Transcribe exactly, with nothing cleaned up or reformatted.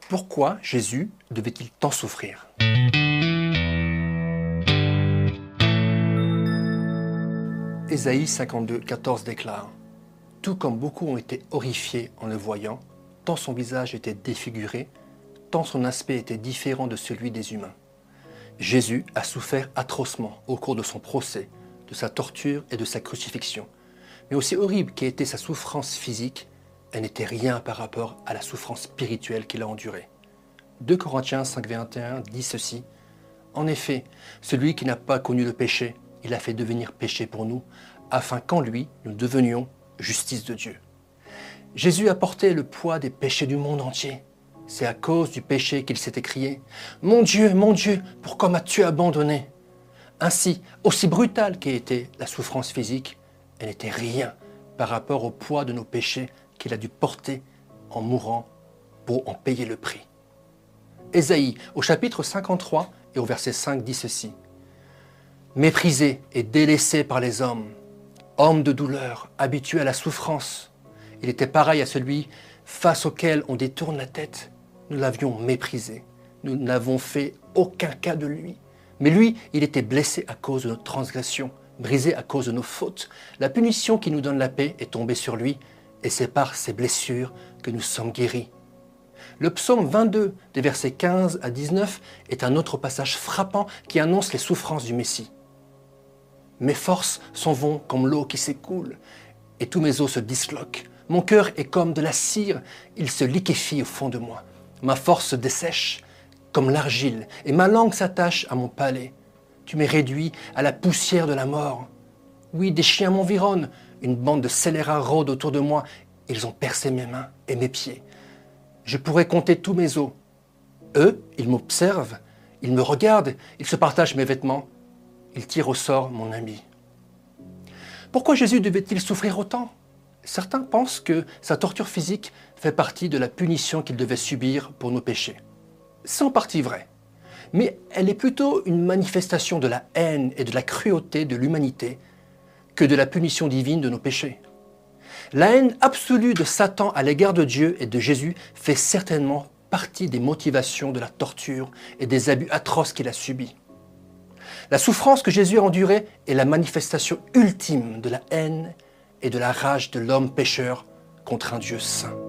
Pourquoi Jésus devait-il tant souffrir? Ésaïe cinquante-deux, quatorze déclare « Tout comme beaucoup ont été horrifiés en le voyant, tant son visage était défiguré, tant son aspect était différent de celui des humains. Jésus a souffert atrocement au cours de son procès, de sa torture et de sa crucifixion. Mais aussi horrible qu'ait été sa souffrance physique, elle n'était rien par rapport à la souffrance spirituelle qu'il a endurée. deux Corinthiens cinq, vingt et un dit ceci. « En effet, celui qui n'a pas connu le péché, il a fait devenir péché pour nous, afin qu'en lui, nous devenions justice de Dieu. » Jésus a porté le poids des péchés du monde entier. C'est à cause du péché qu'il s'est écrié « Mon Dieu, mon Dieu, pourquoi m'as-tu abandonné ?» Ainsi, aussi brutale qu'ait été la souffrance physique, elle n'était rien par rapport au poids de nos péchés qu'il a dû porter en mourant pour en payer le prix. Ésaïe, au chapitre cinquante-trois et au verset cinq, dit ceci. « Méprisé et délaissé par les hommes, homme de douleur, habitué à la souffrance, il était pareil à celui face auquel on détourne la tête. Nous l'avions méprisé, nous n'avons fait aucun cas de lui. Mais lui, il était blessé à cause de nos transgressions, brisé à cause de nos fautes. La punition qui nous donne la paix est tombée sur lui, et c'est par ses blessures que nous sommes guéris. » Le psaume vingt-deux, des versets quinze à dix-neuf, est un autre passage frappant qui annonce les souffrances du Messie. « Mes forces s'en vont comme l'eau qui s'écoule, et tous mes os se disloquent. Mon cœur est comme de la cire, il se liquéfie au fond de moi. Ma force se dessèche comme l'argile, et ma langue s'attache à mon palais. Tu m'es réduit à la poussière de la mort. Oui, des chiens m'environnent, une bande de scélérats rôde autour de moi. Ils ont percé mes mains et mes pieds. Je pourrais compter tous mes os. Eux, ils m'observent, ils me regardent, ils se partagent mes vêtements. Ils tirent au sort mon ami. » Pourquoi Jésus devait-il souffrir autant? Certains pensent que sa torture physique fait partie de la punition qu'il devait subir pour nos péchés. C'est en partie vrai, mais elle est plutôt une manifestation de la haine et de la cruauté de l'humanité que de la punition divine de nos péchés. La haine absolue de Satan à l'égard de Dieu et de Jésus fait certainement partie des motivations de la torture et des abus atroces qu'il a subis. La souffrance que Jésus a endurée est la manifestation ultime de la haine et de la rage de l'homme pécheur contre un Dieu saint.